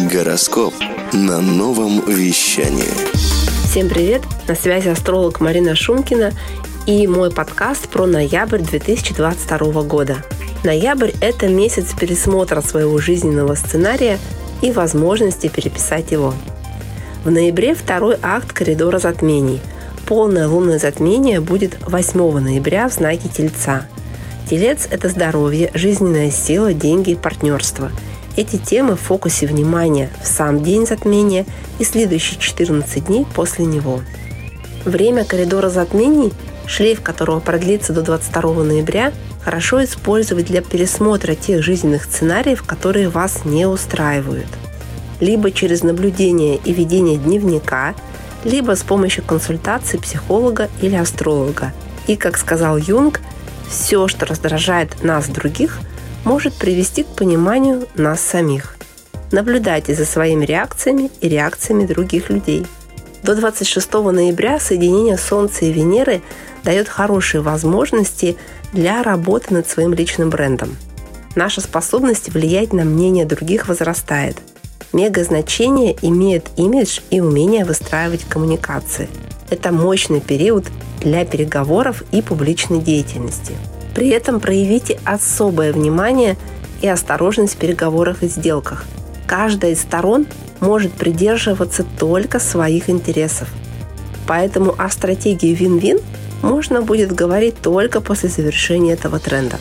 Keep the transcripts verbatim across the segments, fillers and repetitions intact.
Гороскоп на новом вещании. Всем привет! На связи астролог Марина Шумкина и мой подкаст про ноябрь две тысячи двадцать второго года. Ноябрь – это месяц пересмотра своего жизненного сценария и возможности переписать его. В ноябре второй акт коридора затмений. Полное лунное затмение будет восьмого ноября в знаке Тельца. Телец – это здоровье, жизненная сила, деньги и партнерство. Эти темы в фокусе внимания в сам день затмения и следующие четырнадцать дней после него. Время коридора затмений, шлейф которого продлится до двадцать второго ноября, хорошо использовать для пересмотра тех жизненных сценариев, которые вас не устраивают. Либо через наблюдение и ведение дневника, либо с помощью консультации психолога или астролога. И, как сказал Юнг, все, что раздражает нас других, может привести к пониманию нас самих. Наблюдайте за своими реакциями и реакциями других людей. До двадцать шестого ноября соединение Солнца и Венеры дает хорошие возможности для работы над своим личным брендом. Наша способность влиять на мнение других возрастает. Мега-значение имеет имидж и умение выстраивать коммуникации. Это мощный период для переговоров и публичной деятельности. При этом проявите особое внимание и осторожность в переговорах и сделках. Каждая из сторон может придерживаться только своих интересов. Поэтому о стратегии вин-вин можно будет говорить только после завершения этого тренда.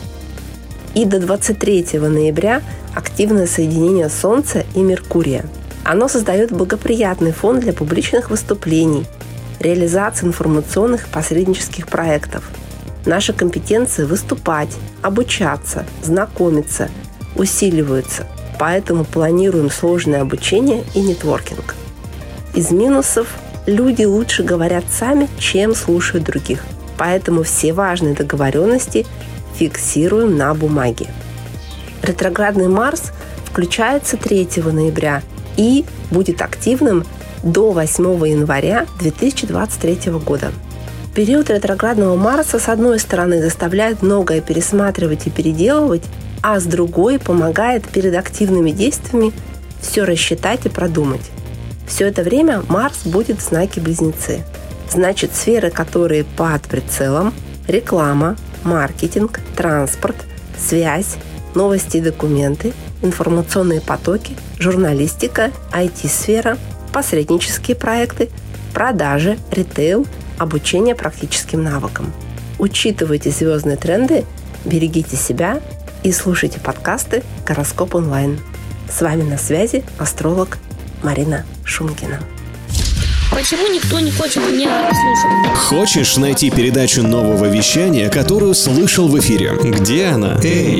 И до двадцать третьего ноября активное соединение Солнца и Меркурия. Оно создает благоприятный фон для публичных выступлений, реализации информационных и посреднических проектов. Наши компетенции выступать, обучаться, знакомиться усиливаются, поэтому планируем сложное обучение и нетворкинг. Из минусов – люди лучше говорят сами, чем слушают других, поэтому все важные договоренности фиксируем на бумаге. Ретроградный Марс включается третьего ноября и будет активным до восьмого января две тысячи двадцать третьего года. Период ретроградного Марса с одной стороны заставляет многое пересматривать и переделывать, а с другой помогает перед активными действиями все рассчитать и продумать. Все это время Марс будет в знаке Близнецы. Значит, сферы, которые под прицелом – реклама, маркетинг, транспорт, связь, новости и документы, информационные потоки, журналистика, ай ти-сфера, посреднические проекты, продажи, ритейл, обучение практическим навыкам. Учитывайте звездные тренды, берегите себя и слушайте подкасты «Гороскоп онлайн». С вами на связи астролог Марина Шумкина. Почему никто не хочет меня слушать? Хочешь найти передачу нового вещания, которую слышал в эфире? Где она? Эй!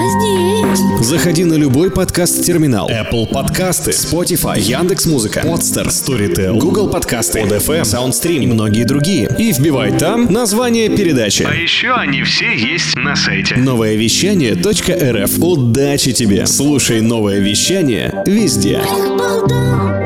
Я здесь. Заходи на любой подкаст-терминал. Apple подкасты, Spotify, Яндекс.Музыка, Podster, Storytel, Google подкасты, Pod эф эм, Soundstream и многие другие. И вбивай там название передачи. А еще они все есть на сайте. новое вещание точка эр эф. Удачи тебе! Слушай новое вещание везде. Эх, балда.